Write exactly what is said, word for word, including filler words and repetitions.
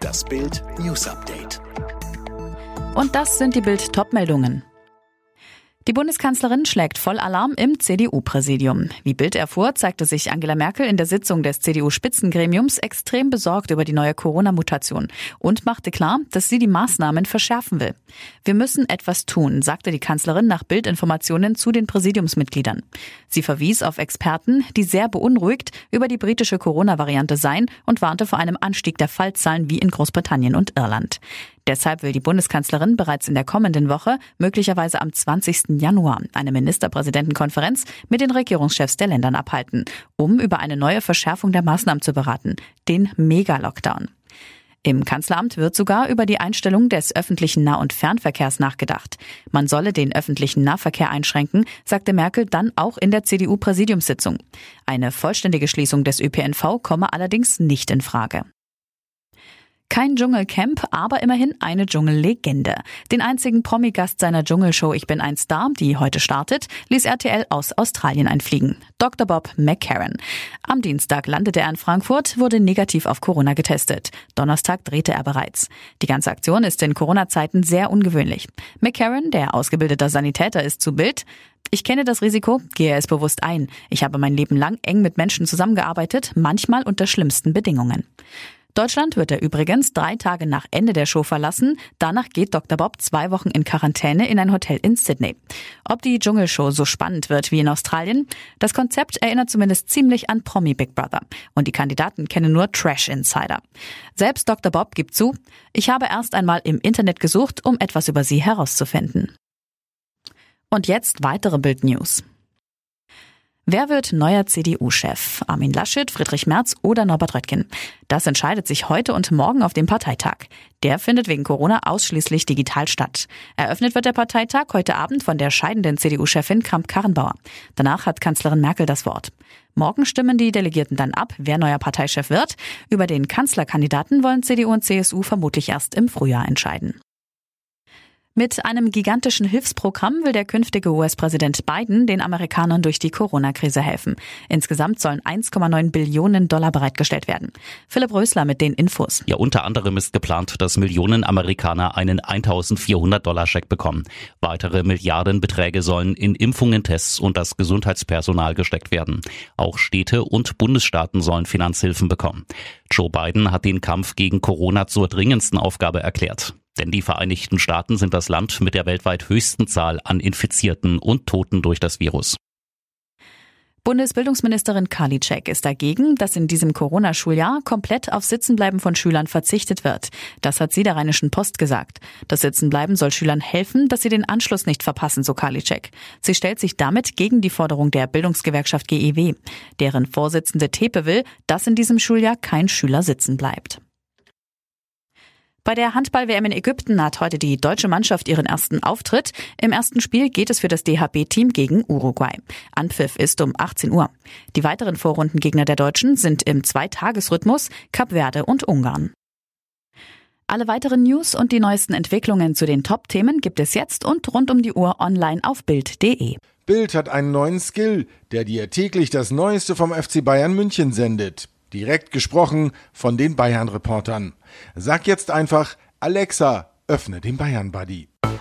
Das Bild News Update. Und das sind die Bild-Top-Meldungen. Die Bundeskanzlerin schlägt Vollalarm im C D U-Präsidium. Wie Bild erfuhr, zeigte sich Angela Merkel in der Sitzung des C D U-Spitzengremiums extrem besorgt über die neue Corona-Mutation und machte klar, dass sie die Maßnahmen verschärfen will. Wir müssen etwas tun, sagte die Kanzlerin nach Bild-Informationen zu den Präsidiumsmitgliedern. Sie verwies auf Experten, die sehr beunruhigt über die britische Corona-Variante seien und warnte vor einem Anstieg der Fallzahlen wie in Großbritannien und Irland. Deshalb will die Bundeskanzlerin bereits in der kommenden Woche, möglicherweise am zwanzigsten Januar, eine Ministerpräsidentenkonferenz mit den Regierungschefs der Ländern abhalten, um über eine neue Verschärfung der Maßnahmen zu beraten, den Mega-Lockdown. Im Kanzleramt wird sogar über die Einstellung des öffentlichen Nah- und Fernverkehrs nachgedacht. Man solle den öffentlichen Nahverkehr einschränken, sagte Merkel dann auch in der C D U-Präsidiumssitzung. Eine vollständige Schließung des Ö P N V komme allerdings nicht in Frage. Kein Dschungelcamp, aber immerhin eine Dschungellegende. Den einzigen Promi-Gast seiner Dschungelshow Ich bin ein Star, die heute startet, ließ R T L aus Australien einfliegen. Doktor Bob McCarran. Am Dienstag landete er in Frankfurt, wurde negativ auf Corona getestet. Donnerstag drehte er bereits. Die ganze Aktion ist in Corona-Zeiten sehr ungewöhnlich. McCarran, der ausgebildeter Sanitäter ist, zu Bild: Ich kenne das Risiko, gehe es bewusst ein. Ich habe mein Leben lang eng mit Menschen zusammengearbeitet, manchmal unter schlimmsten Bedingungen. Deutschland wird er übrigens drei Tage nach Ende der Show verlassen. Danach geht Doktor Bob zwei Wochen in Quarantäne in ein Hotel in Sydney. Ob die Dschungelshow so spannend wird wie in Australien? Das Konzept erinnert zumindest ziemlich an Promi Big Brother. Und die Kandidaten kennen nur Trash-Insider. Selbst Doktor Bob gibt zu: Ich habe erst einmal im Internet gesucht, um etwas über sie herauszufinden. Und jetzt weitere Bild-News. Wer wird neuer C D U-Chef? Armin Laschet, Friedrich Merz oder Norbert Röttgen? Das entscheidet sich heute und morgen auf dem Parteitag. Der findet wegen Corona ausschließlich digital statt. Eröffnet wird der Parteitag heute Abend von der scheidenden C D U-Chefin Kramp-Karrenbauer. Danach hat Kanzlerin Merkel das Wort. Morgen stimmen die Delegierten dann ab, wer neuer Parteichef wird. Über den Kanzlerkandidaten wollen C D U und C S U vermutlich erst im Frühjahr entscheiden. Mit einem gigantischen Hilfsprogramm will der künftige U S-Präsident Biden den Amerikanern durch die Corona-Krise helfen. Insgesamt sollen eins Komma neun Billionen Dollar bereitgestellt werden. Philipp Rösler mit den Infos. Ja, unter anderem ist geplant, dass Millionen Amerikaner einen eintausendvierhundert Dollar Scheck bekommen. Weitere Milliardenbeträge sollen in Impfungen, Tests und das Gesundheitspersonal gesteckt werden. Auch Städte und Bundesstaaten sollen Finanzhilfen bekommen. Joe Biden hat den Kampf gegen Corona zur dringendsten Aufgabe erklärt. Denn die Vereinigten Staaten sind das Land mit der weltweit höchsten Zahl an Infizierten und Toten durch das Virus. Bundesbildungsministerin Karliczek ist dagegen, dass in diesem Corona-Schuljahr komplett auf Sitzenbleiben von Schülern verzichtet wird. Das hat sie der Rheinischen Post gesagt. Das Sitzenbleiben soll Schülern helfen, dass sie den Anschluss nicht verpassen, so Karliczek. Sie stellt sich damit gegen die Forderung der Bildungsgewerkschaft G E W. Deren Vorsitzende Tepe will, dass in diesem Schuljahr kein Schüler sitzen bleibt. Bei der Handball-W M in Ägypten hat heute die deutsche Mannschaft ihren ersten Auftritt. Im ersten Spiel geht es für das D H B-Team gegen Uruguay. Anpfiff ist um achtzehn Uhr. Die weiteren Vorrundengegner der Deutschen sind im Zweitagesrhythmus Kap Verde und Ungarn. Alle weiteren News und die neuesten Entwicklungen zu den Top-Themen gibt es jetzt und rund um die Uhr online auf bild punkt de. Bild hat einen neuen Skill, der dir täglich das Neueste vom F C Bayern München sendet. Direkt gesprochen von den Bayern-Reportern. Sag jetzt einfach: Alexa, öffne den Bayern-Buddy.